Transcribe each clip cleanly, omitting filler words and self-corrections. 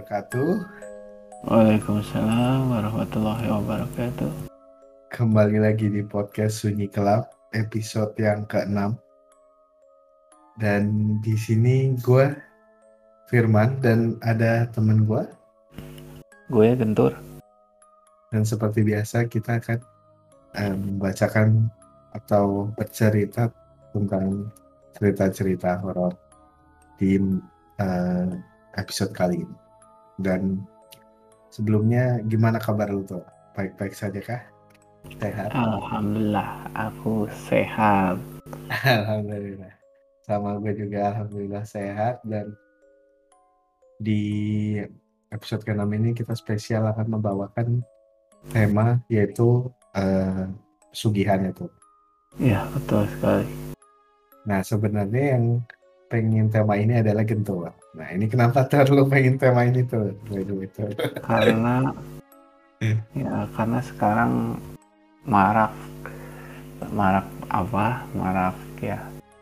wabarakatuh. Waalaikumsalam warahmatullahi wabarakatuh. Kembali lagi di podcast Sunyi Kelab episode yang ke-6. Dan di sini gue Firman dan ada temen gue. Gue Gentur. Dan seperti biasa kita akan membacakan atau bercerita tentang cerita-cerita horor di eh, episode kali ini. Dan sebelumnya gimana kabar lu tuh? Baik-baik saja kah? Sehat? Alhamdulillah, aku sehat. Alhamdulillah. Sama gue juga alhamdulillah sehat. Dan di episode ke-6 ini kita spesial akan membawakan tema yaitu pesugihan itu. Ya, betul sekali. Nah, sebenarnya yang pengen tema ini adalah Gentur. Nah, ini kenapa lu pengen tema ini tuh? Itu. Karena karena sekarang marak marak ya.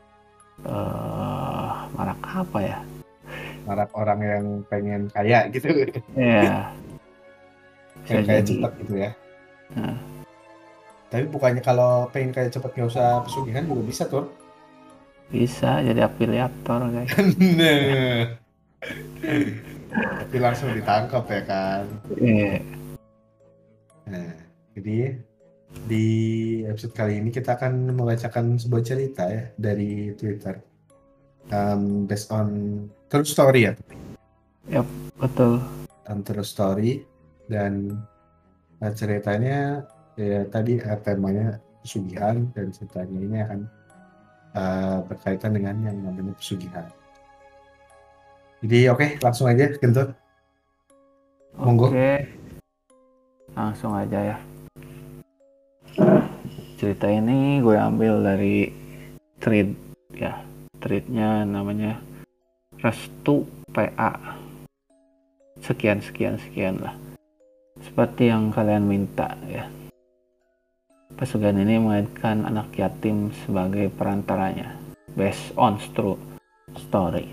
Marak apa ya? Marak orang yang pengen kaya gitu. Ya, bisa Pengen kaya jadi. cepat gitu ya. Nah, Tapi bukannya kalau pengen kaya cepat nggak usah pesugihan juga bisa tuh. bisa jadi afiliator, guys. Nah, tapi langsung ditangkap ya kan. Iya. Nah, jadi di episode kali ini kita akan membacakan sebuah cerita ya dari Twitter, based on true story ya, Yap, betul. true story. Dan ceritanya ya tadi temanya pesugihan, dan ceritanya ini akan berkaitan dengan yang namanya pesugihan. Jadi oke, langsung aja Kentut. Monggo. Oke, langsung aja ya. Cerita ini gue ambil dari thread ya. Threadnya namanya Restu PA. Sekian lah. Seperti yang kalian minta ya. Pesugihan ini mengaitkan anak yatim sebagai perantaranya. Based on true story.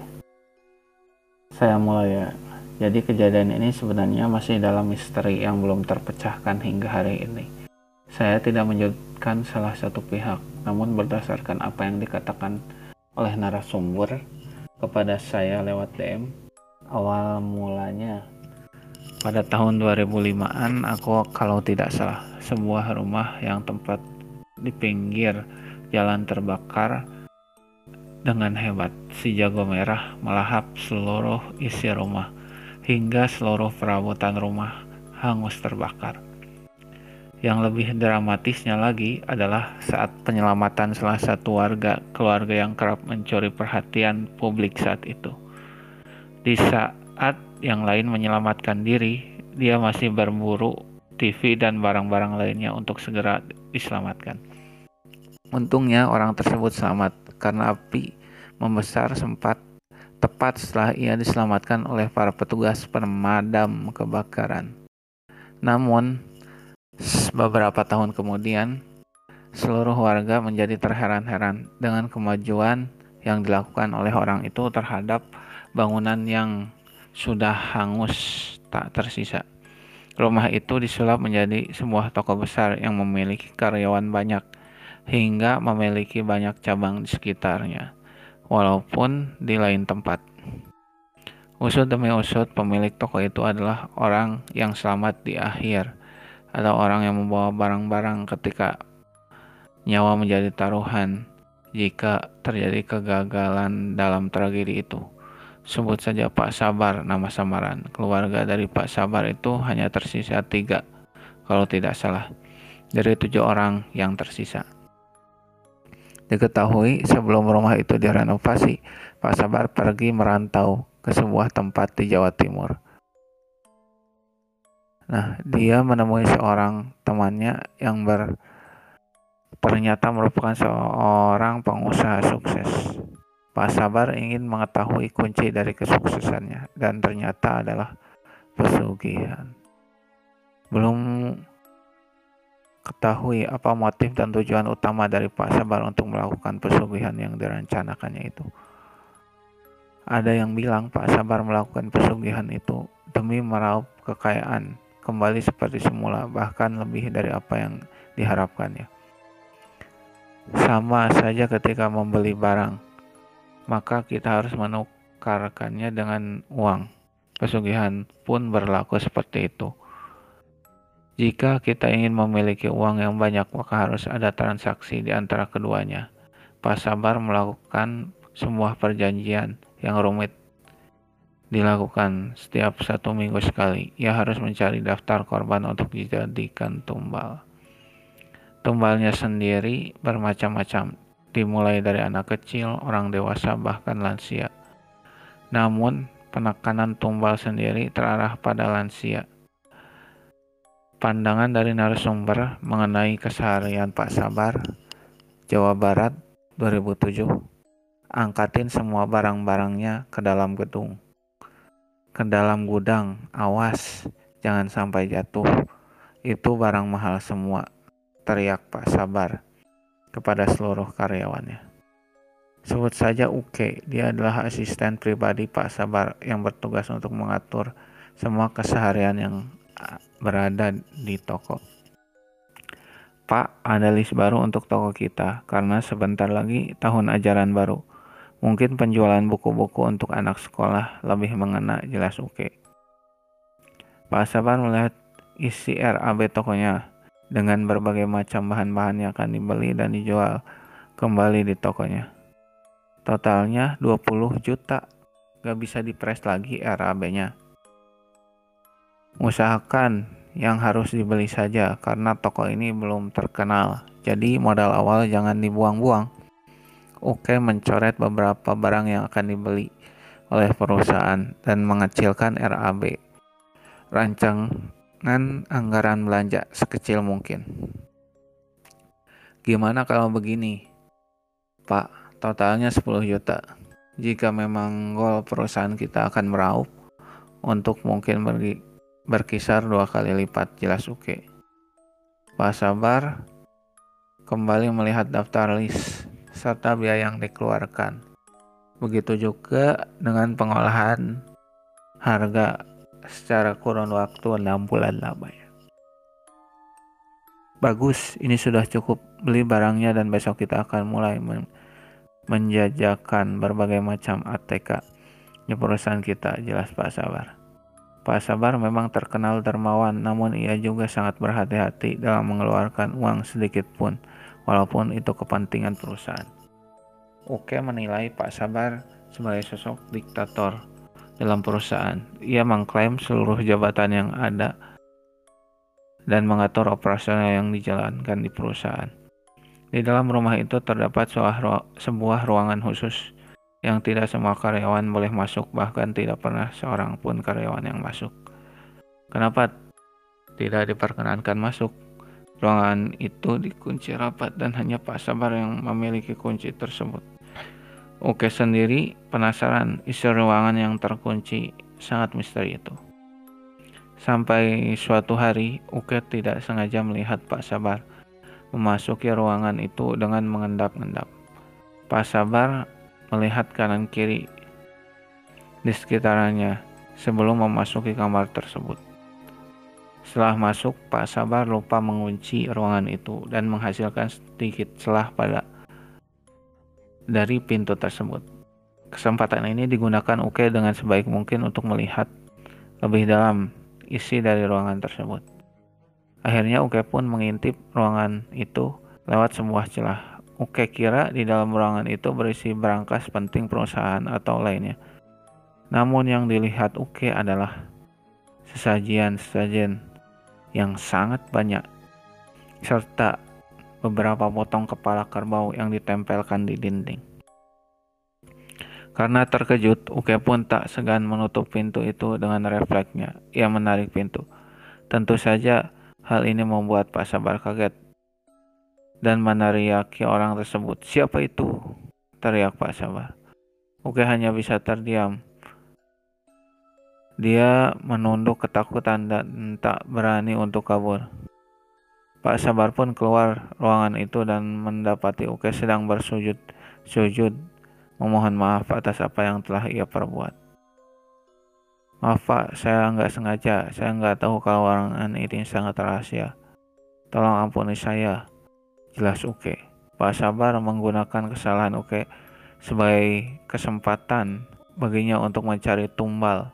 Saya mulai ya. Jadi kejadian ini sebenarnya masih dalam misteri yang belum terpecahkan hingga hari ini. Saya tidak menyudutkan salah satu pihak, namun berdasarkan apa yang dikatakan oleh narasumber kepada saya lewat DM, awal mulanya pada tahun 2005-an aku kalau tidak salah, sebuah rumah yang tempat di pinggir jalan terbakar dengan hebat. Si jago merah melahap seluruh isi rumah hingga seluruh perabotan rumah hangus terbakar. Yang lebih dramatisnya lagi adalah saat penyelamatan salah satu keluarga yang kerap mencuri perhatian publik saat itu. Di saat yang lain menyelamatkan diri, dia masih berburu TV dan barang-barang lainnya untuk segera diselamatkan. Untungnya orang tersebut selamat karena api membesar tepat setelah ia diselamatkan oleh para petugas pemadam kebakaran. Namun, beberapa tahun kemudian, seluruh warga menjadi terheran-heran dengan kemajuan yang dilakukan oleh orang itu terhadap bangunan yang sudah hangus tak tersisa. Rumah itu disulap menjadi sebuah toko besar yang memiliki karyawan banyak hingga memiliki banyak cabang di sekitarnya, walaupun di lain tempat. Usut demi usut, pemilik toko itu adalah orang yang selamat di akhir, atau orang yang membawa barang-barang ketika nyawa menjadi taruhan jika terjadi kegagalan dalam tragedi itu. Sebut saja Pak Sabar nama samaran. Keluarga dari Pak Sabar itu hanya tersisa 3, kalau tidak salah, dari 7 orang yang tersisa. Diketahui sebelum rumah itu direnovasi, Pak Sabar pergi merantau ke sebuah tempat di Jawa Timur. Nah, dia menemui seorang temannya yang ternyata merupakan seorang pengusaha sukses. Pak Sabar ingin mengetahui kunci dari kesuksesannya, dan ternyata adalah pesugihan. Belum ketahui apa motif dan tujuan utama dari Pak Sabar untuk melakukan pesugihan yang direncanakannya itu. Ada yang bilang Pak Sabar melakukan pesugihan itu demi meraup kekayaan kembali seperti semula, bahkan lebih dari apa yang diharapkannya. Sama saja ketika membeli barang, maka kita harus menukarkannya dengan uang. Pesugihan pun berlaku seperti itu. Jika kita ingin memiliki uang yang banyak, maka harus ada transaksi di antara keduanya. Pak Sabar melakukan sebuah perjanjian yang rumit dilakukan setiap 1 minggu sekali. Ia harus mencari daftar korban untuk dijadikan tumbal. Tumbalnya sendiri bermacam-macam, dimulai dari anak kecil, orang dewasa, bahkan lansia. Namun, penekanan tumbal sendiri terarah pada lansia. Pandangan dari narasumber mengenai keseharian Pak Sabar, Jawa Barat 2007. Angkatin semua barang-barangnya ke dalam gedung. Ke dalam gudang, awas, jangan sampai jatuh. Itu barang mahal semua, teriak Pak Sabar kepada seluruh karyawannya. Sebut saja Uke, dia adalah asisten pribadi Pak Sabar yang bertugas untuk mengatur semua keseharian yang berada di toko. Pak, ada list baru untuk toko kita, karena sebentar lagi tahun ajaran baru. Mungkin penjualan buku-buku untuk anak sekolah lebih mengena, jelas Uke. Pak Sabar melihat isi RAB tokonya dengan berbagai macam bahan-bahan yang akan dibeli dan dijual kembali di tokonya. Totalnya 20 juta, gak bisa dipres lagi RAB-nya. Usahakan yang harus dibeli saja karena toko ini belum terkenal, jadi modal awal jangan dibuang-buang. Uke mencoret beberapa barang yang akan dibeli oleh perusahaan dan mengecilkan RAB. Rancangan anggaran belanja sekecil mungkin. Gimana kalau begini, Pak, totalnya 10 juta. Jika memang goal perusahaan kita akan meraup untuk mungkin berkisar 2 kali lipat, jelas Uke. Pak Sabar kembali melihat daftar list serta biaya yang dikeluarkan. Begitu juga dengan pengolahan harga secara kurun waktu 6 bulan lamanya. Bagus, ini sudah cukup. Beli barangnya dan besok kita akan mulai menjajakan berbagai macam ATK di perusahaan kita, jelas Pak Sabar. Pak Sabar memang terkenal dermawan, namun ia juga sangat berhati-hati dalam mengeluarkan uang sedikit pun, walaupun itu kepentingan perusahaan. Uke menilai Pak Sabar sebagai sosok diktator dalam perusahaan. Ia mengklaim seluruh jabatan yang ada dan mengatur operasional yang dijalankan di perusahaan. Di dalam rumah itu terdapat sebuah ruangan khusus yang tidak semua karyawan boleh masuk, bahkan tidak pernah seorang pun karyawan yang masuk. Kenapa tidak diperkenankan masuk? Ruangan itu dikunci rapat dan hanya Pak Sabar yang memiliki kunci tersebut. Uke sendiri penasaran isi ruangan yang terkunci sangat misteri itu. Sampai suatu hari, Uke tidak sengaja melihat Pak Sabar memasuki ruangan itu dengan mengendap-endap. Pak Sabar melihat kanan kiri di sekitarnya sebelum memasuki kamar tersebut. Setelah masuk, Pak Sabar lupa mengunci ruangan itu dan menghasilkan sedikit celah dari pintu tersebut. Kesempatan ini digunakan Uke dengan sebaik mungkin untuk melihat lebih dalam isi dari ruangan tersebut. Akhirnya Uke pun mengintip ruangan itu lewat sebuah celah. Uke kira di dalam ruangan itu berisi berangkas penting perusahaan atau lainnya. Namun yang dilihat Uke adalah sesajian yang sangat banyak, serta beberapa potong kepala kerbau yang ditempelkan di dinding. Karena terkejut, Uke pun tak segan menutup pintu itu dengan refleksnya. Ia menarik pintu. Tentu saja hal ini membuat Pak Sabar kaget dan meneriaki orang tersebut. "Siapa itu?" teriak Pak Sabar. Uke hanya bisa terdiam. Dia menunduk ketakutan dan tak berani untuk kabur. Pak Sabar pun keluar ruangan itu dan mendapati Uke sedang bersujud memohon maaf atas apa yang telah ia perbuat. Maaf Pak, saya nggak sengaja. Saya nggak tahu kalau ruangan ini sangat rahasia. Tolong ampuni saya. Jelas Uke. Pak Sabar menggunakan kesalahan Uke sebagai kesempatan baginya untuk mencari tumbal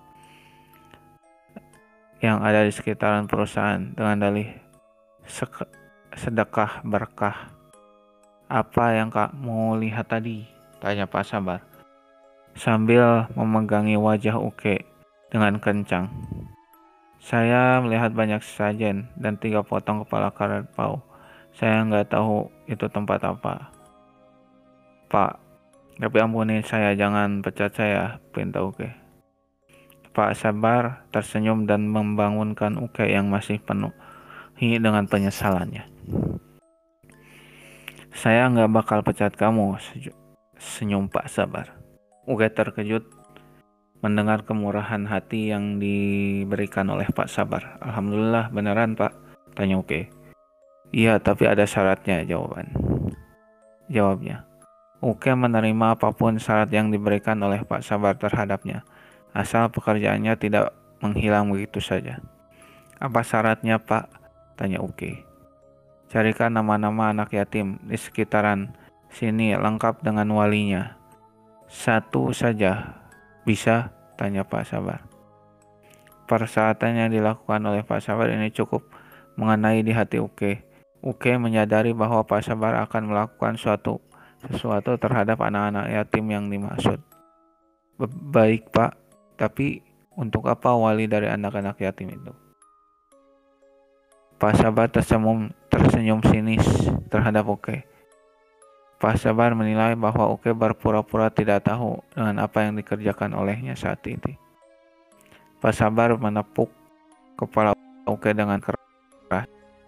yang ada di sekitaran perusahaan dengan dalih sedekah berkah. Apa yang kamu lihat tadi? Tanya Pak Sabar sambil memegangi wajah Uke dengan kencang. Saya melihat banyak sesajen dan 3 potong kepala kerbau. Saya nggak tahu itu tempat apa. Pak, tapi ampunin saya, jangan pecat saya, pinta Uke. Pak Sabar tersenyum dan membangunkan Uke yang masih penuh dengan penyesalannya. Saya nggak bakal pecat kamu, senyum Pak Sabar. Uke terkejut mendengar kemurahan hati yang diberikan oleh Pak Sabar. Alhamdulillah beneran Pak, tanya Uke. Iya, tapi ada syaratnya, jawabnya. Uke menerima apapun syarat yang diberikan oleh Pak Sabar terhadapnya, asal pekerjaannya tidak menghilang begitu saja. Apa syaratnya Pak? Tanya Uke. Carikan nama-nama anak yatim di sekitaran sini lengkap dengan walinya. 1 saja. Bisa? Tanya Pak Sabar. Persyaratan yang dilakukan oleh Pak Sabar ini cukup mengenai di hati Uke. Uke menyadari bahwa Pak Sabar akan melakukan sesuatu terhadap anak-anak yatim yang dimaksud. Baik Pak, tapi untuk apa wali dari anak-anak yatim itu? Pak Sabar tersenyum sinis terhadap Uke. Pak Sabar menilai bahwa Uke berpura-pura tidak tahu dengan apa yang dikerjakan olehnya saat itu. Pak Sabar menepuk kepala Uke dengan keras.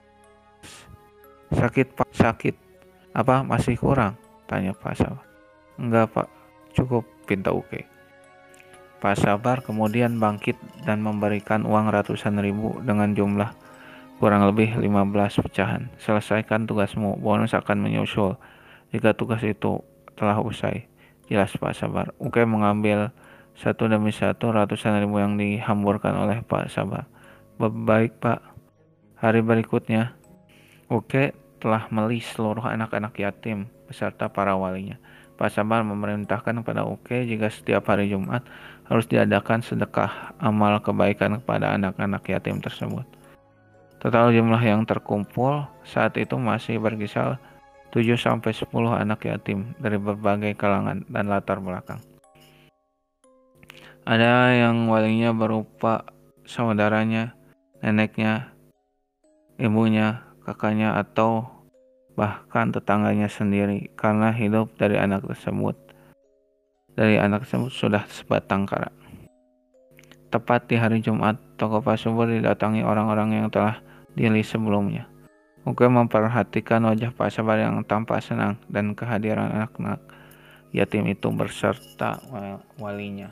Sakit Pak, sakit. Apa masih kurang? Tanya Pak Sabar. Enggak Pak, cukup, pinta Uke. Pak Sabar kemudian bangkit dan memberikan uang ratusan ribu dengan jumlah kurang lebih 15 pecahan. Selesaikan tugasmu, bonus akan menyusul jika tugas itu telah usai. Jelas Pak Sabar. Uke mengambil satu demi satu ratusan ribu yang dihamburkan oleh Pak Sabar. Baik Pak. Hari berikutnya, Uke telah melis seluruh anak-anak yatim beserta para walinya. Pak Sabar memerintahkan kepada Uke jika setiap hari Jumat harus diadakan sedekah amal kebaikan kepada anak-anak yatim tersebut. Total jumlah yang terkumpul saat itu masih berkisar 7-10 anak yatim dari berbagai kalangan dan latar belakang. Ada yang walinya berupa saudaranya, neneknya, ibunya, kakaknya, atau bahkan tetangganya sendiri karena hidup dari anak tersebut sudah sebatang kara. Tepat di hari Jumat, toko Pak Subur didatangi orang-orang yang telah dilis sebelumnya. Uke memperhatikan wajah Pak Sabar yang tampak senang dan kehadiran anak-anak yatim itu berserta walinya.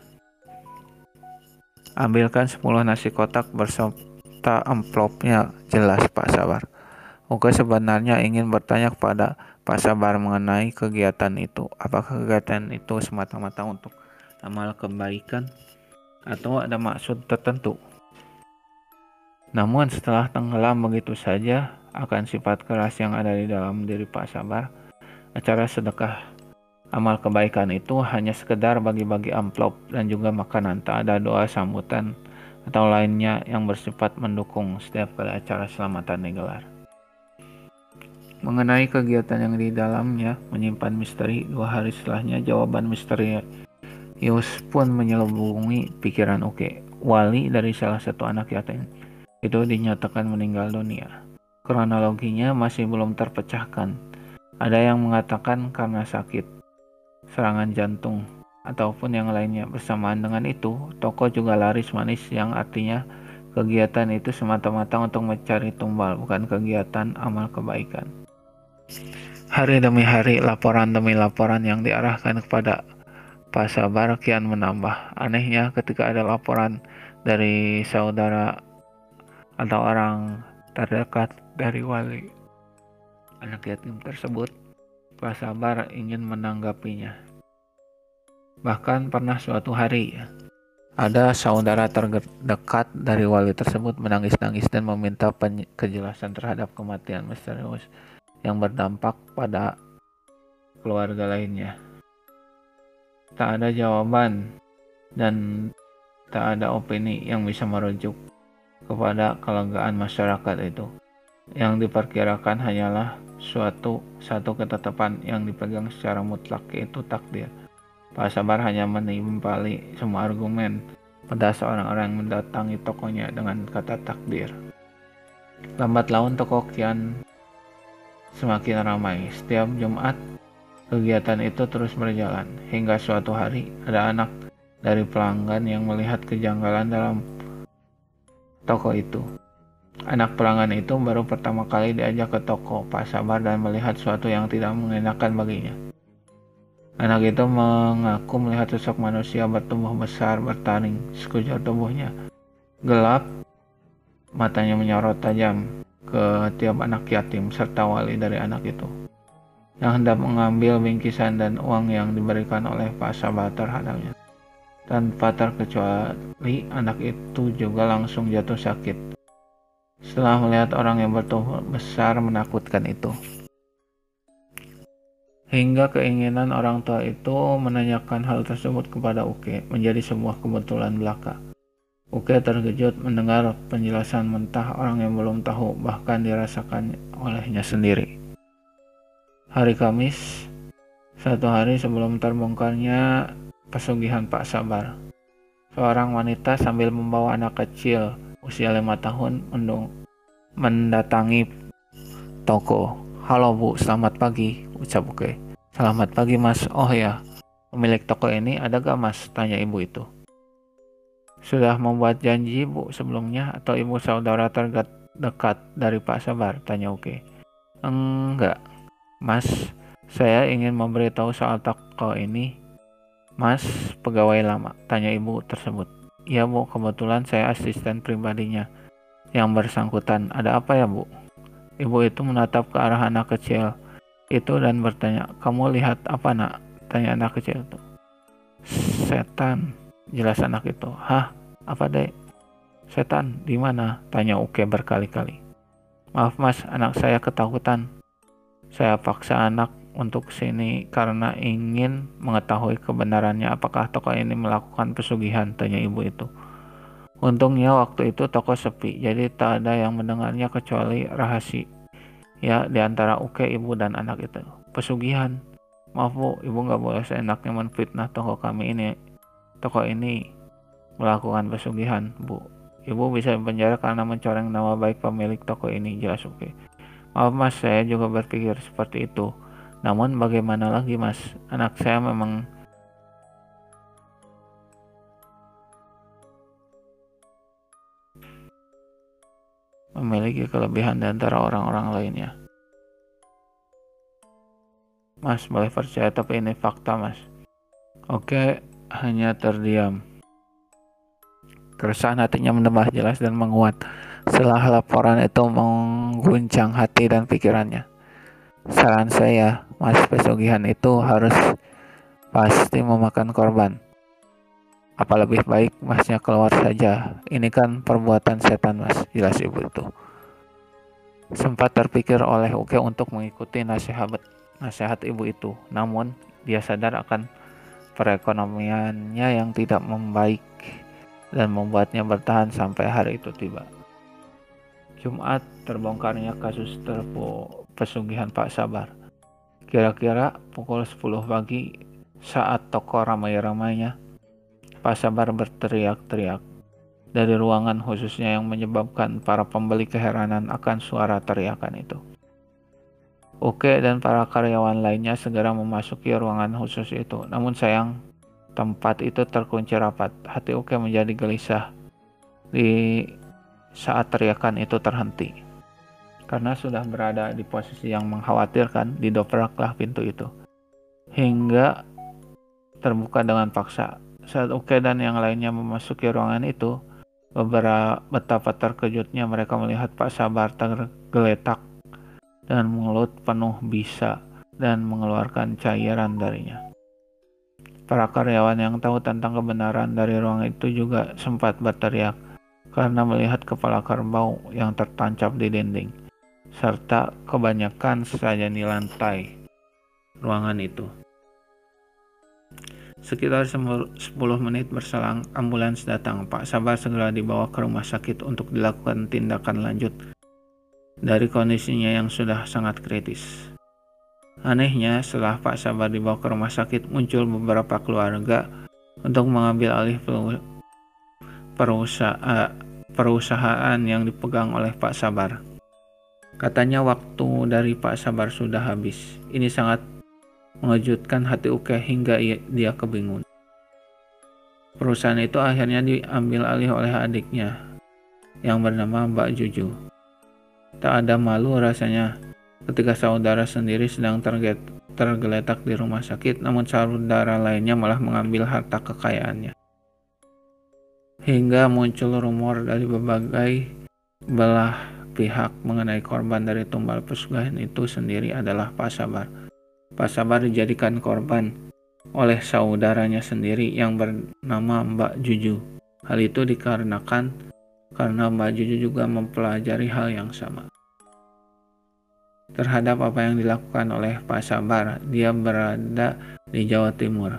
Ambilkan 10 nasi kotak berserta amplopnya, jelas Pak Sabar. Uke sebenarnya ingin bertanya kepada Pak Sabar mengenai kegiatan itu. Apakah kegiatan itu semata-mata untuk amal kebaikan atau ada maksud tertentu? Namun setelah tenggelam begitu saja akan sifat keras yang ada di dalam diri Pak Sabar, acara sedekah amal kebaikan itu hanya sekedar bagi-bagi amplop dan juga makanan, tak ada doa sambutan atau lainnya yang bersifat mendukung setiap kali acara selamatan digelar. Mengenai kegiatan yang di dalamnya menyimpan misteri, 2 hari setelahnya jawaban misterius pun menyelubungi pikiran Uke. Wali dari salah satu anak yatim itu dinyatakan meninggal dunia. Kronologinya masih belum terpecahkan. Ada yang mengatakan karena sakit, serangan jantung, ataupun yang lainnya. Bersamaan dengan itu, toko juga laris manis yang artinya kegiatan itu semata-mata untuk mencari tumbal, bukan kegiatan amal kebaikan. Hari demi hari, laporan demi laporan yang diarahkan kepada Pak Sabar kian menambah. Anehnya ketika ada laporan dari saudara atau orang terdekat dari wali anak yatim tersebut, Pak Sabar ingin menanggapinya. Bahkan pernah suatu hari Ada saudara terdekat dari wali tersebut menangis-nangis dan meminta kejelasan terhadap kematian misterius yang berdampak pada keluarga lainnya. Tak ada jawaban dan tak ada opini yang bisa merujuk kepada kelegaan masyarakat itu. Yang diperkirakan hanyalah satu ketetapan yang dipegang secara mutlak, yaitu takdir. Pak Sabar hanya menimpali semua argumen pada seorang-orang yang mendatangi tokonya dengan kata takdir. Lambat laun toko kian semakin ramai. Setiap Jumat, kegiatan itu terus berjalan. Hingga suatu hari, ada anak dari pelanggan yang melihat kejanggalan dalam toko itu. Anak pelanggan itu baru pertama kali diajak ke toko Pak Sabar dan melihat sesuatu yang tidak mengenakan baginya. Anak itu mengaku melihat sosok manusia bertubuh besar bertaring sekujur tubuhnya. Gelap, matanya menyorot tajam ke tiap anak yatim serta wali dari anak itu, yang hendak mengambil bingkisan dan uang yang diberikan oleh Pak Sabar terhadapnya. Tanpa terkecuali, anak itu juga langsung jatuh sakit setelah melihat orang yang bertubuh besar menakutkan itu. Hingga keinginan orang tua itu menanyakan hal tersebut kepada Uke menjadi sebuah kebetulan belaka. Uke terkejut mendengar penjelasan mentah orang yang belum tahu, bahkan dirasakan olehnya sendiri. Hari Kamis, satu hari sebelum terbongkarnya pesugihan Pak Sabar, seorang wanita sambil membawa anak kecil usia 5 tahun mendatangi toko. "Halo Bu, selamat pagi," ucap Uke. "Selamat pagi Mas. Oh ya, pemilik toko ini ada gak Mas?" tanya ibu itu. "Sudah membuat janji Bu sebelumnya atau ibu saudara terdekat dari Pak Sabar?" tanya Uke. "Enggak Mas, saya ingin memberitahu soal toko ini." "Mas, pegawai lama?" tanya ibu tersebut. "Iya Bu, kebetulan saya asisten pribadinya yang bersangkutan. Ada apa ya Bu?" Ibu itu menatap ke arah anak kecil itu dan bertanya, "Kamu lihat apa Nak?" tanya anak kecil itu. "Setan," jelas anak itu. "Hah? Apa Dek? Setan di mana?" tanya Uke berkali-kali. "Maaf Mas, anak saya ketakutan. Saya paksa anak untuk sini karena ingin mengetahui kebenarannya apakah toko ini melakukan pesugihan," tanya ibu itu. Untungnya waktu itu toko sepi, jadi tak ada yang mendengarnya kecuali rahasia di antara Uke, ibu, dan anak itu. "Pesugihan? Maaf Bu, ibu nggak boleh seenaknya menfitnah toko kami ini. Toko ini melakukan pesugihan, Bu. Ibu bisa dipenjara karena mencoreng nama baik pemilik toko ini," jelas Uke. "Maaf Mas, saya juga berpikir seperti itu. Namun bagaimana lagi Mas, anak saya memang memiliki kelebihan di antara orang-orang lainnya. Mas, boleh percaya tapi ini fakta Mas." Oke hanya terdiam. Keresahan hatinya menambah jelas dan menguat setelah laporan itu mengguncang hati dan pikirannya. "Saran saya, Mas, pesugihan itu harus pasti memakan korban. Apa lebih baik Masnya keluar saja? Ini kan perbuatan setan Mas," jelas ibu itu. Sempat terpikir oleh Uke untuk mengikuti nasihat ibu itu, namun dia sadar akan perekonomiannya yang tidak membaik dan membuatnya bertahan sampai hari itu tiba. Jumat, terbongkarnya kasus pesugihan Pak Sabar. Kira-kira pukul 10 pagi, saat toko ramai-ramainya, Pak Sabar berteriak-teriak dari ruangan khususnya yang menyebabkan para pembeli keheranan akan suara teriakan itu. Uke dan para karyawan lainnya segera memasuki ruangan khusus itu. Namun sayang, tempat itu terkunci rapat. Hati Uke menjadi gelisah di saat teriakan itu terhenti. Karena sudah berada di posisi yang mengkhawatirkan, didobraklah pintu itu hingga terbuka dengan paksa. Saat Uke dan yang lainnya memasuki ruangan itu, betapa terkejutnya mereka melihat Pak Sabar tergeletak dan mulut penuh bisa dan mengeluarkan cairan darinya. Para karyawan yang tahu tentang kebenaran dari ruang itu juga sempat berteriak karena melihat kepala kerbau yang tertancap di dinding, serta kebanyakan sajian di lantai ruangan itu. Sekitar 10 menit berselang, ambulans datang. Pak Sabar segera dibawa ke rumah sakit untuk dilakukan tindakan lanjut dari kondisinya yang sudah sangat kritis. Anehnya, setelah Pak Sabar dibawa ke rumah sakit, muncul beberapa keluarga untuk mengambil alih perusahaan yang dipegang oleh Pak Sabar. Katanya waktu dari Pak Sabar sudah habis. Ini sangat mengejutkan hati Uke hingga dia kebingungan. Perusahaan itu akhirnya diambil alih oleh adiknya yang bernama Mbak Juju. Tak ada malu rasanya ketika saudara sendiri sedang tergeletak di rumah sakit, namun saudara lainnya malah mengambil harta kekayaannya. Hingga muncul rumor dari berbagai belah pihak mengenai korban dari tumbal pesugihan itu sendiri adalah Pak Sabar. Pak Sabar dijadikan korban oleh saudaranya sendiri yang bernama Mbak Juju. Hal itu dikarenakan karena Mbak Juju juga mempelajari hal yang sama. Terhadap apa yang dilakukan oleh Pak Sabar, dia berada di Jawa Timur.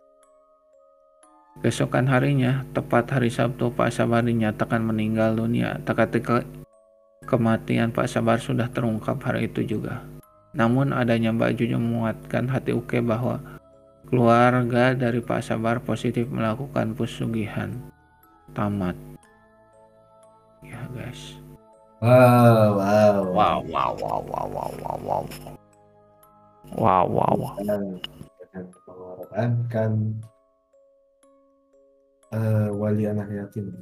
Keesokan harinya, tepat hari Sabtu, Pak Sabar dinyatakan meninggal dunia. Teka-teki kematian Pak Sabar sudah terungkap hari itu juga. Namun adanya Mbak Juju menguatkan hati Uke bahwa keluarga dari Pak Sabar positif melakukan pesugihan. Tamat. Ya guys. Wow. Dengan mengorbankan wali anak yatim.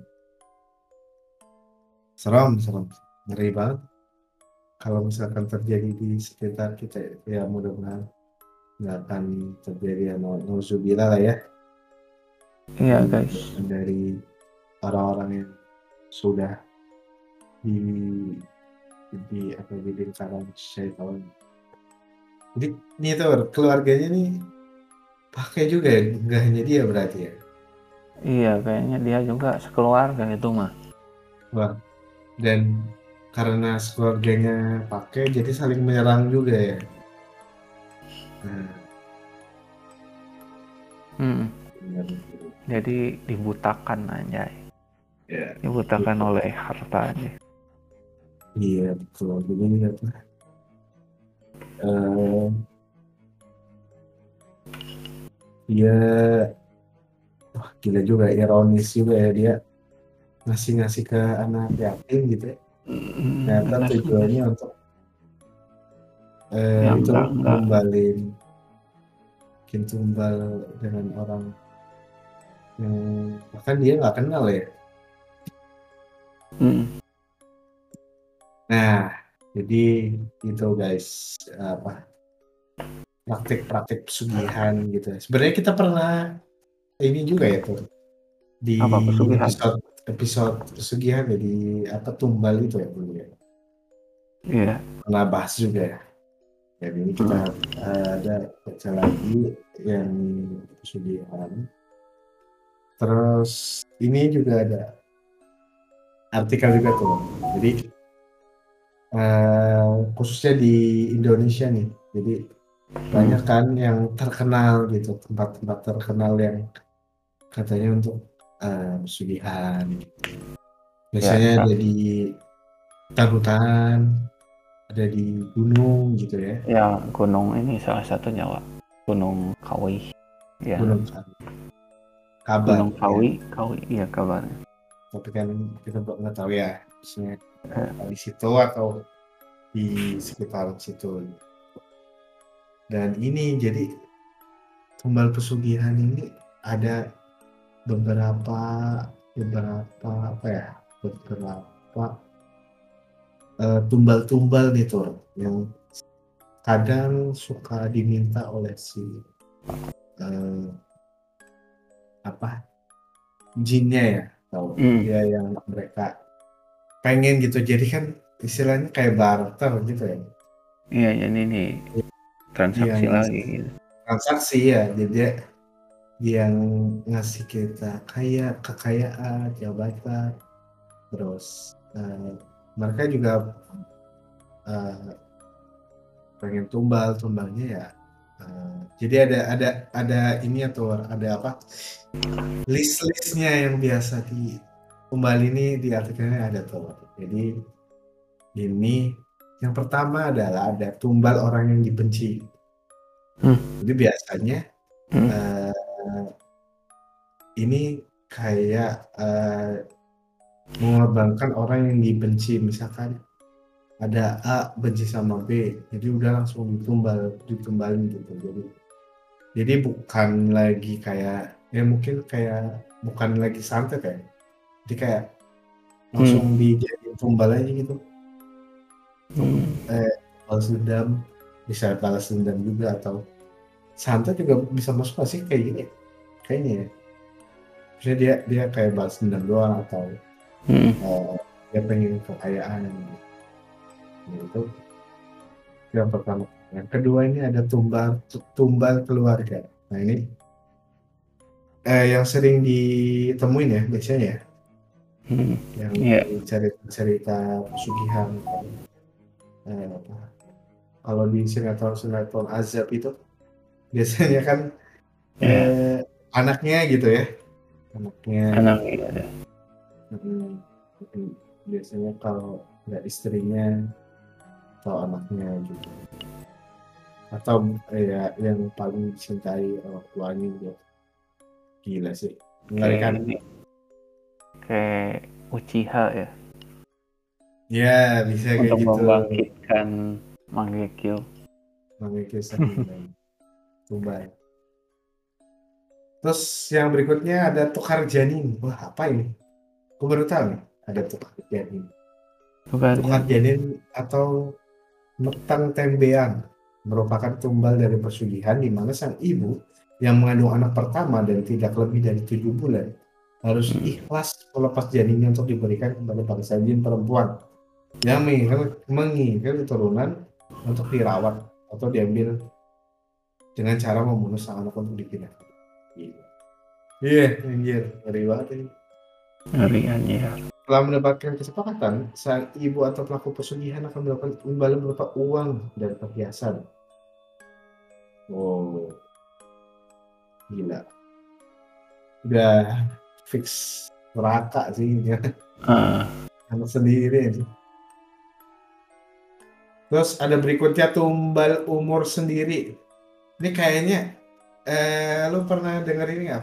Serem. Ngeri banget. Kalau misalkan terjadi di sekitar kita, ya mudah-mudahan nggak akan terjadi, ya nauzubillah lah ya. Iya guys. Dari orang-orang yang sudah di lingkaran syaitan. Jadi ini tuh keluarganya nih pakai juga ya, nggak hanya dia berarti ya. Iya, kayaknya dia juga sekeluarga itu mah. Wah, dan karena keluarganya pakai, jadi saling menyerang juga ya. Nah, benar. Jadi dibutakan anjay. Ya, Dibutakan oleh hartanya. iya betul. Jadi apa? Dia, wah gila juga, ironis juga ya, dia ngasih ke anak yatim gitu ya. Ternyata tujuannya untuk Ya, itu enggak. numbalin, bikin tumbal dengan orang yang bahkan dia nggak kenal ya. Nah, jadi itu guys, apa, praktik-praktik pesugihan gitu. Sebenarnya kita pernah ini juga ya tuh di Apa pesugihan? episode pesugihan ya, di apa, tumbal itu ya dulu ya. Iya. Pernah bahas juga ya. Jadi ini kita ada baca lagi yang pesugihan. Terus ini juga ada artikel juga tuh. Jadi khususnya di Indonesia nih. Jadi banyak kan yang terkenal gitu, tempat-tempat terkenal yang katanya untuk pesugihan. Biasanya ada di hutan, ada di gunung gitu ya. Ya, gunung ini salah satunya, Pak. Gunung Kawi. Ya. Gunung Kabar. Gunung Kawi, iya kabar. Tapi kan kita nggak tahu ya, misalnya di situ atau di sekitar situ. Dan ini jadi tumbal pesugihan ini ada beberapa apa ya, beberapa tumbal-tumbal nih tuh yang kadang suka diminta oleh si apa, jinnya ya, atau dia yang mereka pengen gitu. Jadi kan istilahnya kayak barter gitu ya. Iya, jadi ini transaksi lagi gitu. Transaksi ya, jadi yang ngasih kita kekayaan, jabatan, terus mereka juga eh, pengen tumbalnya ya. Jadi ada ini atau ada apa list-listnya yang biasa di tumbal ini di artikelnya ada tuh. Jadi ini yang pertama adalah ada tumbal orang yang dibenci. Jadi biasanya Hmm. eh, ini kayak mengorbankan orang yang dibenci, misalkan ada A benci sama B, jadi udah langsung ditumbalin gitu. Jadi bukan lagi kayak ya mungkin kayak bukan lagi santet ya, jadi kayak langsung dijadiin tumbal aja gitu untuk balas dendam, bisa balas dendam juga atau santet juga bisa masuk nggak sih kayak gini kayaknya ya. Maksudnya dia kayak balas dendam doang atau dia pengen kekayaan gitu. Yang pertama. Yang kedua ini ada tumbal keluarga. Nah ini yang sering ditemuin ya biasanya ya, yang Iya. di cerita-cerita pesugihan. Apa, kalau di sinetron azab itu biasanya kan Iya. anaknya gitu ya, anaknya Anak gitu. iya ada. Mm, biasanya kalau nggak istrinya atau anaknya gitu, atau ya yang paling dicintai orang tuanya gitu. Gila sih, Kayak mengerikan. ini, kayak Uchiha ya, Ya bisa kayak untuk gitu. membangkitkan Mangekyou. Memiliki dan tumbal. Terus yang berikutnya ada tukar janin. Wah apa ini? Aku baru tahu nih ada tukar janin. Tukar Tukarnya. janin atau metang tembean merupakan tumbal dari pesugihan di mana sang ibu yang mengandung anak pertama dan tidak lebih dari 7 bulan harus ikhlas melepas janinnya untuk diberikan kepada bangsa jin perempuan yang menginginkan keturunan untuk dirawat atau diambil dengan cara membunuh sang anak untuk dipindahkan. Iya, iya, anjir, ngeri banget ini. Ngeri anjir. Setelah mendapatkan kesepakatan, sang ibu atau pelaku pesugihan akan melakukan imbalan berupa uang dan perhiasan. Oh, gila. Udah fix neraka sih, ya. Ah, Anak sendiri. Terus ada berikutnya tumbal umur sendiri. Ini kayaknya, lu pernah denger ini nggak?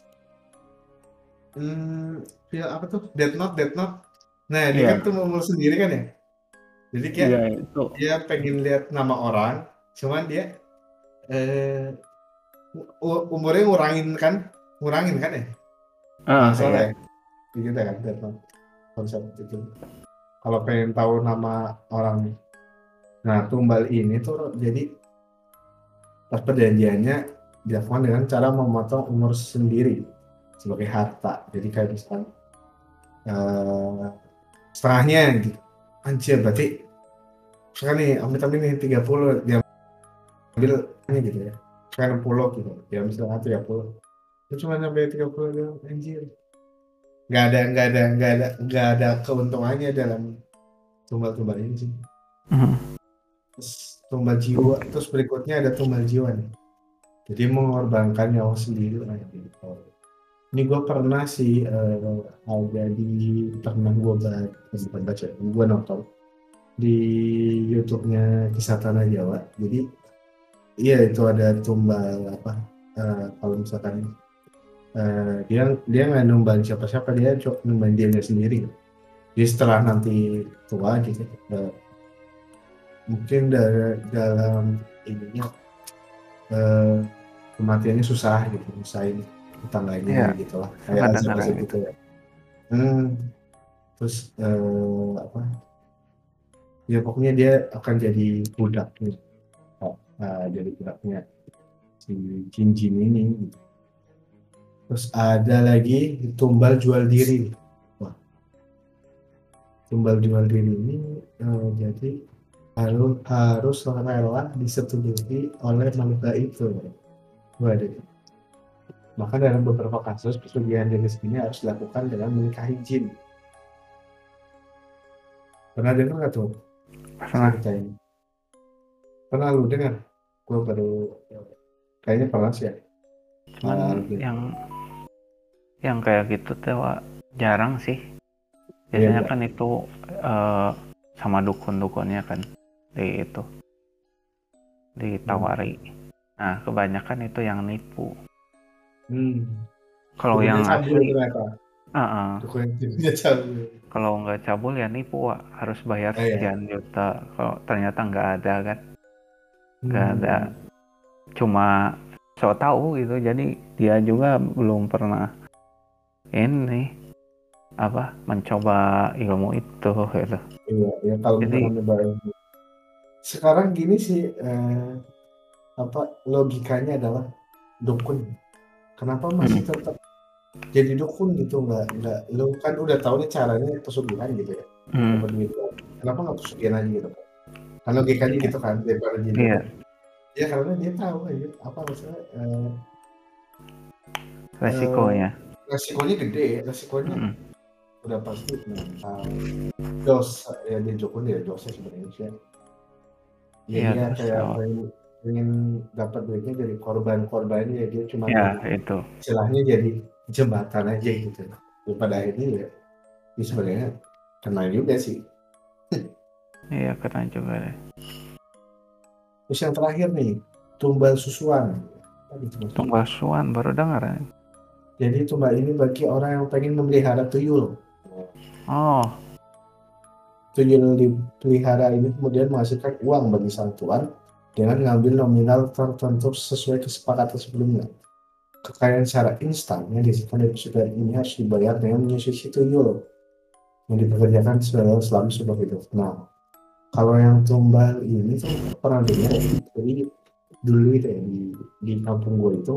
Film apa tuh? Death Note. Nah, dia kan iya. tuh umur sendiri kan ya. Jadi kayak Iya itu. dia pengen lihat nama orang, cuman dia eh, umurnya ngurangin kan ya. Nah, Ah soalnya iya. gitu kan Death Note konsep itu. Kalau pengen tahu nama orang, nah tumbal ini tuh jadi pas perjanjiannya dilakukan dengan cara memotong umur sendiri sebagai harta. Jadi kayak misalkan eh, setengahnya gitu. Anjir berarti misalkan nih amit-amit nih 30 dia ambil ini gitu ya. Misalkan 60 gitu. Ya misalkan 30. Itu cuma sampai 30 doang anjir. Nggak ada keuntungannya dalam tumbal-tumbal ini sih. Terus tumbal jiwa, terus berikutnya ada tumbal jiwa nih. Jadi mengorbankan nyawa sendiri. Nah, gitu. Ini gue pernah sih ada pernah baca, gue nonton di YouTube-nya Kisah Tanah Jawa. Jadi iya itu ada tumbal apa? Kalau misalkan dia nggak numbal siapa-siapa, dia numbal dirinya sendiri. Jadi setelah nanti tua gitu, mungkin dalam ininya eh, kematiannya susah gitu, nyusahin tetangganya Iya. gitu lah, kayak Suka dengar azab-azab gitu. gitu ya. Hmm, terus apa? Ya pokoknya dia akan jadi budaknya, jadi budaknya si Jin ini. Gitu. Terus ada lagi tumbal jual diri. Wah, tumbal jual diri ini jadi harus rela disetujui oleh makhluk itu. Waduh. Maka dalam beberapa kasus pesugihan jenis ini harus dilakukan dengan menikahi jin. Pernah dengar nggak tuh Pernah. cerita ini? Pernah lu dengar? Gue baru kayaknya pernah sih ya. Cuman yang kayak gitu tuh Wak, jarang sih. Iya Biasanya enggak. kan itu eh, sama dukun-dukunnya kan itu ditawari. Nah, kebanyakan itu yang nipu. Hmm. Kalau Dukunnya yang cabul asli, ternyata. Dukunnya cabul. kalau nggak cabul ya nipu, Wak. Harus bayar Oh ya. sekian juta. Kalau ternyata nggak ada kan, nggak ada. Hmm. Cuma so tahu gitu. Jadi dia juga belum pernah ini apa mencoba ilmu itu gitu. Iya, ya kalau Jadi misalkan nyebarin. Sekarang gini sih, apa logikanya adalah dukun. Kenapa masih mm, tetap jadi dukun gitu? Nggak, lu kan udah tahu nih caranya pesugihan gitu ya, mm, dapat duit. Kenapa nggak pesugihan aja gitu? Kan logikanya iya, gitu kan, daripada jadi iya, dukun. Ya karena dia tahu aja apa maksudnya, eh, resikonya. resikonya gede, resikonya Mm, udah pasti mental, dosa ya dia dukun ya dosa sebenarnya sih. Ya iya dia dosa, kayak Wak. pengen dapat duitnya dari korban-korbannya ya dia cuma Ya jadi itu. istilahnya jadi jembatan aja gitu. Dan pada akhirnya ya, dia sebenarnya kena juga sih. Iya keren juga deh. Terus yang terakhir nih, tumbal susuan. Tadi tumbal susuan. Tumbal Suan baru dengar ya. Jadi tumbal ini bagi orang yang pengen memelihara tuyul. Oh, Tuyul dipelihara ini kemudian menghasilkan uang bagi sang tuan dengan mengambil nominal tertentu sesuai kesepakatan sebelumnya. Kekayaan secara instan yang disebutkan dari pesugihan ini harus dibayar dengan menyusui tuyul yang dipekerjakan selama sebuah hidup. Nah, kalau yang tumbal ini tuh pernah dengar ya. Jadi dulu itu ya di kampung gue itu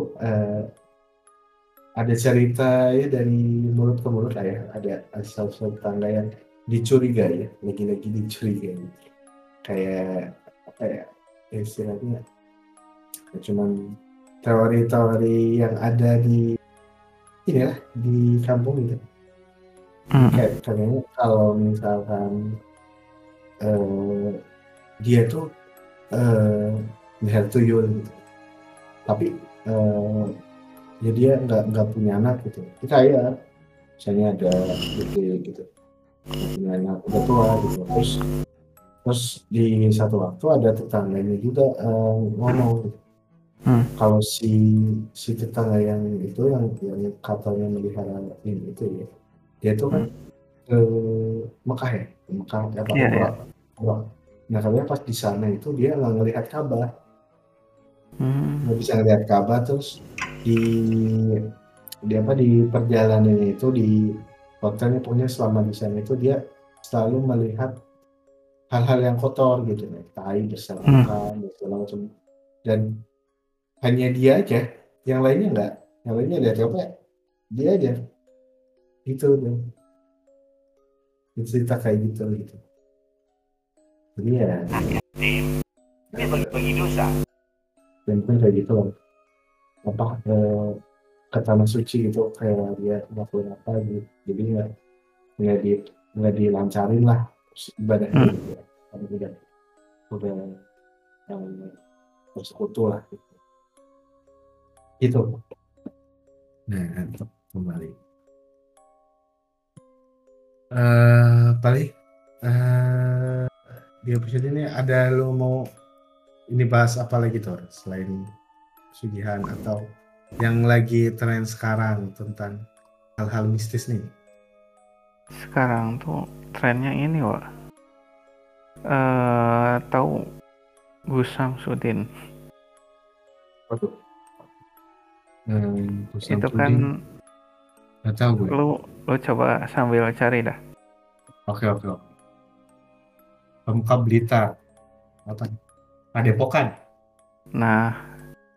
ada cerita ya dari mulut ke mulut lah ya. Ada asal-usul tetangga yang dicurigai ya, lagi-lagi dicurigai. Kayak apa ya istilahnya? Ya, cuman teori-teori yang ada di ini ya di kampung gitu. Jadi mm, kayak katanya kalau misalkan eh, dia tuh eh melihat tuyul gitu. Tapi eh, ya dia nggak punya anak gitu. Kita ya misalnya ada gitu gitu, nggak punya anak udah tua gitu. Terus di satu waktu ada tetangganya juga ngomong gitu. mm, Kalau si tetangga yang itu yang katanya melihara ini itu ya, dia itu kan mm. ke Mekah ya, ke Mekah apa Iya ya. umrah. Umrah. Nah, katanya pas di sana itu dia nggak ngelihat Ka'bah, Hmm, nggak bisa ngelihat Ka'bah terus di di apa di perjalanannya itu di hotelnya punya selama di sana itu dia selalu melihat hal-hal yang kotor gitu ya, tai mm. berserakan dan segala macam dan hanya dia aja, yang lainnya enggak, yang lainnya lihat apa ya? Dia aja gitu tuh, cerita kayak gitu gitu. Jadi ya, bagi dosa. Dan pun kayak gitu loh. Apa ke tanah suci gitu kayak dia ngelakuin apa gitu. Jadi nggak di nggak dilancarin lah ibadahnya Mm. gitu ya. Karena udah yang bersekutu lah gitu. Gitu. Nah, kembali. Paling di episode ini ada lo mau ini bahas apa lagi tuh selain pesugihan atau yang lagi tren sekarang tentang hal-hal mistis nih? Sekarang tuh trennya ini, Wak. Tahu Gus Samsudin? Waduh, Kusam Itu kan Suding, nggak tahu gue. lu coba sambil cari dah. Oke oke oke. Pemka Blitar, apa? Padepokan, Nah,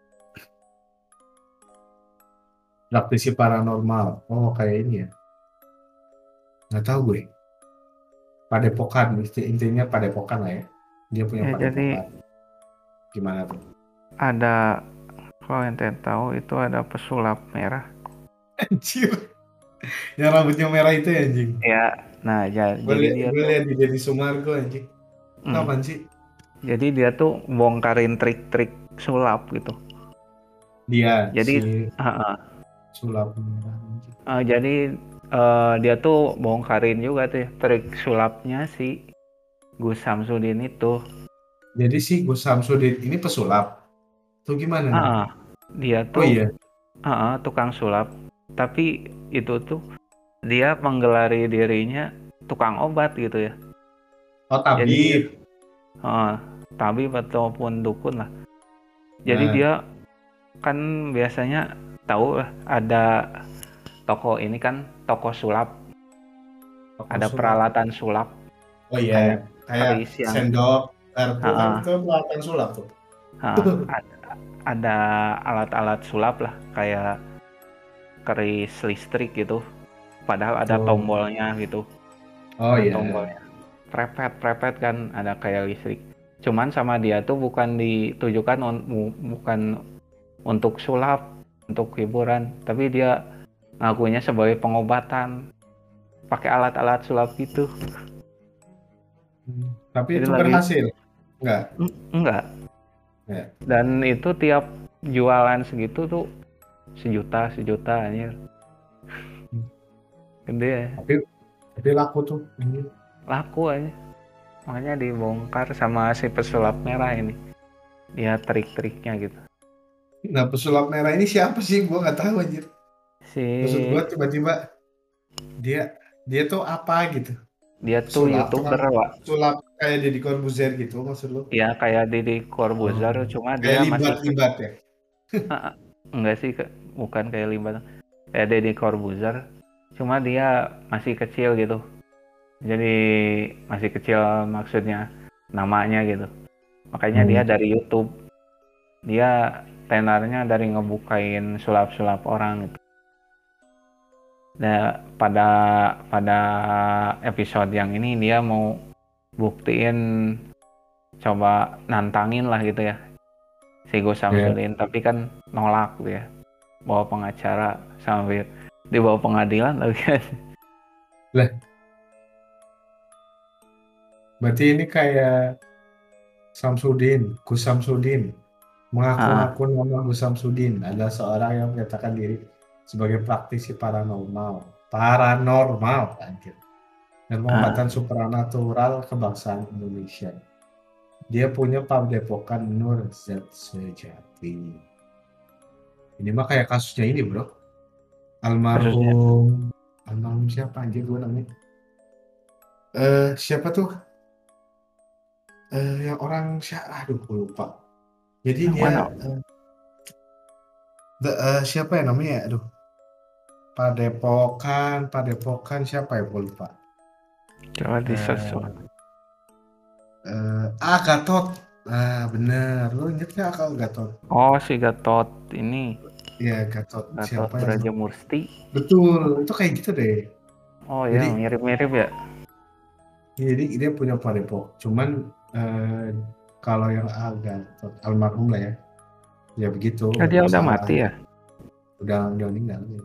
praktisi paranormal. Oh kayak ini ya? Nggak tahu gue. Padepokan, intinya Padepokan lah ya. Dia punya ya jadi Padepokan. Gimana tuh? ada Kalau ente tahu itu ada pesulap merah. Anjir. Yang rambutnya merah itu ya anjing. Ya, nah jadi dia Gue tuh, lihat di Deddy Sumargo anjing. mm, Kapan sih? jadi dia tuh bongkarin trik-trik sulap gitu. Dia Jadi, si uh, uh, sulap merah anjing. jadi dia tuh bongkarin juga tuh ya, trik sulapnya si Gus Samsudin itu. Jadi si Gus Samsudin ini pesulap. Tuh gimana Uh, nih? uh, dia Oh tuh iya. tukang sulap, tapi itu tuh dia menggelari dirinya tukang obat gitu ya. Oh Jadi dia tabib. tabib ataupun dukun lah. Jadi Nah, dia kan biasanya tahu lah ada toko ini kan toko sulap, tokoh ada sulap. peralatan sulap Oh iya, kayak kayak keris yang sendok, garpu kan uh, itu peralatan sulap tuh. ada alat-alat sulap lah kayak keris listrik gitu. Padahal ada Tuh. tombolnya gitu, Oh ada iya. tombolnya. Prepet kan ada kayak listrik. Cuman sama dia tuh bukan ditujukan bukan untuk sulap, untuk hiburan, tapi dia ngakunya sebagai pengobatan pakai alat-alat sulap gitu. Tapi Jadi itu lagi berhasil. Enggak. enggak, Ya. dan itu tiap jualan segitu tuh sejuta anjir, gede ya. Tapi laku tuh. Ini. Laku aja, makanya dibongkar sama si pesulap merah ini, dia trik-triknya gitu. Nah, pesulap merah ini siapa sih? Gua nggak tahu anjir. Maksud gua Si tiba-tiba dia dia tuh apa gitu? dia tuh Sulap, YouTuber tukang Wak. sulap kayak Deddy Corbuzier gitu maksud lu? Ya kayak Deddy Oh. Corbuzier, cuma Kayak dia masih libat-libat ya. Ah, enggak sih, bukan kayak Limbang, kayak Deddy Corbuzier, cuma dia masih kecil gitu, jadi masih kecil maksudnya namanya gitu, makanya dia Hmm. dari YouTube, dia tenarnya dari ngebukain sulap-sulap orang gitu. Nah, pada episode yang ini dia mau buktiin, coba nantangin lah gitu ya si Gus Ya. Samsudin, tapi kan nolak gitu ya, bawa pengacara sambil dibawa pengadilan lagi kan. Lah, berarti ini kayak Gus Samsudin, Ah, mengaku-ngaku nama Gus Samsudin adalah seorang yang menyatakan diri sebagai praktisi paranormal, anjir, dan ah. pengobatan supranatural kebangsaan Indonesia. Dia punya padepokan Nur Zat Sejati. Ini mah kayak kasusnya ini, bro. Kasusnya Almarhum, almarhum siapa anjir gue namanya? Siapa tuh? Yang orang siapa? Aduh, gue lupa. Jadi yang dia mana? siapa ya namanya? Aduh, Padepokan siapa ya? Gue lupa. Coba di search. Eh, Gatot. Ah, bener. Lu inget gak Kak Gatot? Oh, si Gatot ini, Iya, Gatot. Gatot Siapa yang? Bradjamurti. Betul, itu kayak gitu deh. Oh ya, Jadi, mirip-mirip ya. dia punya padepok. Cuman kalau yang Gatot almarhum lah ya, ya begitu Oh, dia udah bermasalah. mati ya. Udah meninggal ya.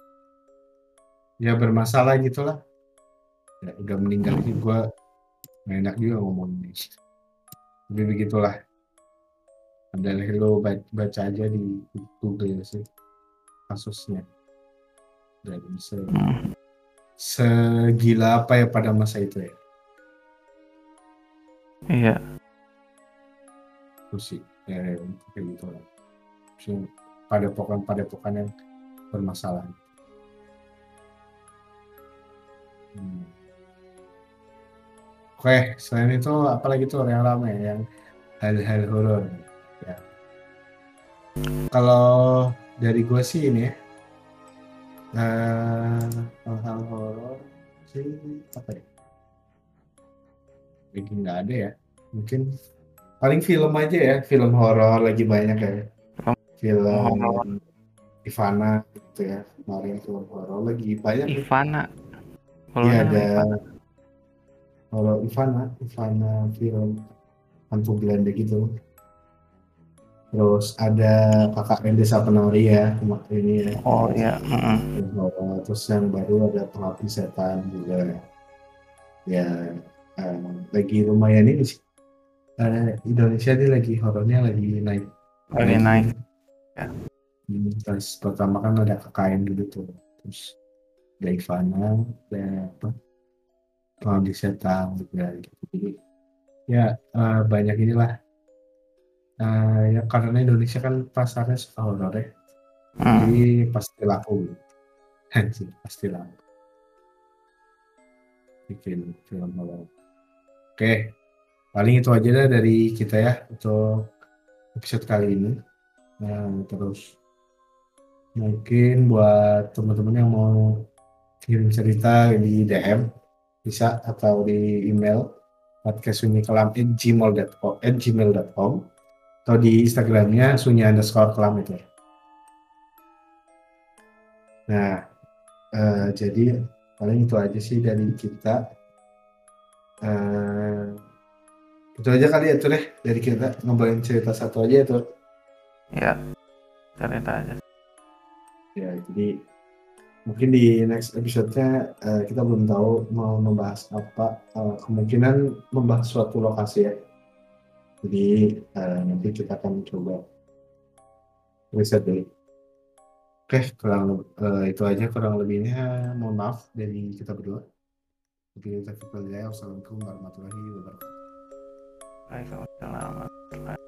Ya bermasalah gitulah. Ya, udah meninggal sih Hmm. gue nggak enak juga ngomongnya. Tapi begitulah. Adalah lo baca aja di Google sih kasusnya. Dan Hmm. segila apa ya pada masa itu ya. Iya. Itu sih ya, kayak gitu lah. So, padepokan yang bermasalah. Hmm. Oke, selain itu apalagi tuh yang ramai yang hal-hal horor. Ya. Kalau dari gue sih ini ya, hal-hal horor sih apa ya? Jadi nggak ada ya. Mungkin paling film aja ya, film horor lagi banyak ya. Film Film horor Ivana gitu ya. Kemarin film horor lagi banyak nih. Ivana. Iya Filmnya ada nama Ivana. horor Ivana film hantu Belanda gitu. Terus ada KKN Desa Penari ya, ini ya. Oh ya, Terus yang baru ada Pengabdi Setan juga. Ya, eh, lagi lumayan ini sih. Indonesia ini lagi horornya lagi naik lagi naik naik ini. ya. Terus pertama kan ada KKN dulu tuh. Terus ada Ivana, ada apa? Pengabdi Setan juga gitu. Jadi ya banyak inilah. Ya karena Indonesia kan pasarnya suka horor ya. Jadi Hmm, pasti laku gitu. Pasti laku bikin film horor. Oke, paling itu aja dah dari kita ya untuk episode kali ini. Nah, terus mungkin buat teman-teman yang mau kirim cerita di DM bisa atau di email podcastsunyikelam@gmail.com atau di Instagramnya sunya_kelam itu. Nah, jadi paling itu aja sih dari kita. Eh, itu aja kali ya tuh deh dari kita ngobrolin cerita satu aja tuh. ya cerita aja. Ya, jadi mungkin di next episode-nya kita belum tahu mau membahas apa. Kemungkinan membahas suatu lokasi ya. Jadi nanti kita akan coba riset dulu. Oke, itu aja kurang lebihnya. Mohon maaf dari kita berdua. Wassalamualaikum warahmatullahi wabarakatuh. Waalaikumsalam.